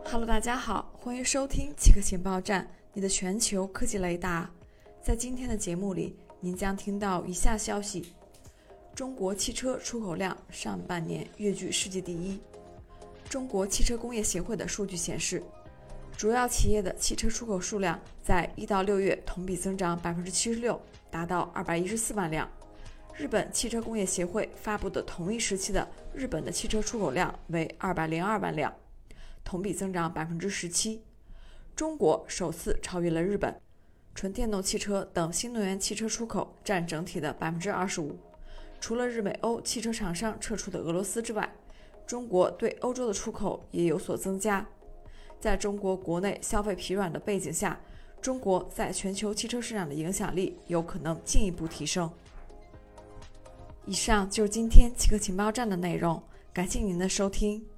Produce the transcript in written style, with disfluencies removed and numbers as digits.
Hello， 大家好，欢迎收听汽科情报站，你的全球科技雷达。在今天的节目里，您将听到以下消息：中国汽车出口量上半年跃居世界第一。中国汽车工业协会的数据显示，主要企业的汽车出口数量在1到6月同比增长 76%， 达到214万辆。日本汽车工业协会发布的同一时期的日本的汽车出口量为202万辆，同比增长 17%。 中国首次超越了日本，纯电动汽车等新能源汽车出口占整体的 25%。 除了日美欧汽车厂商撤出的俄罗斯之外，中国对欧洲的出口也有所增加。在中国国内消费疲软的背景下，中国在全球汽车市场的影响力有可能进一步提升。以上就是今天汽科情报站的内容，感谢您的收听。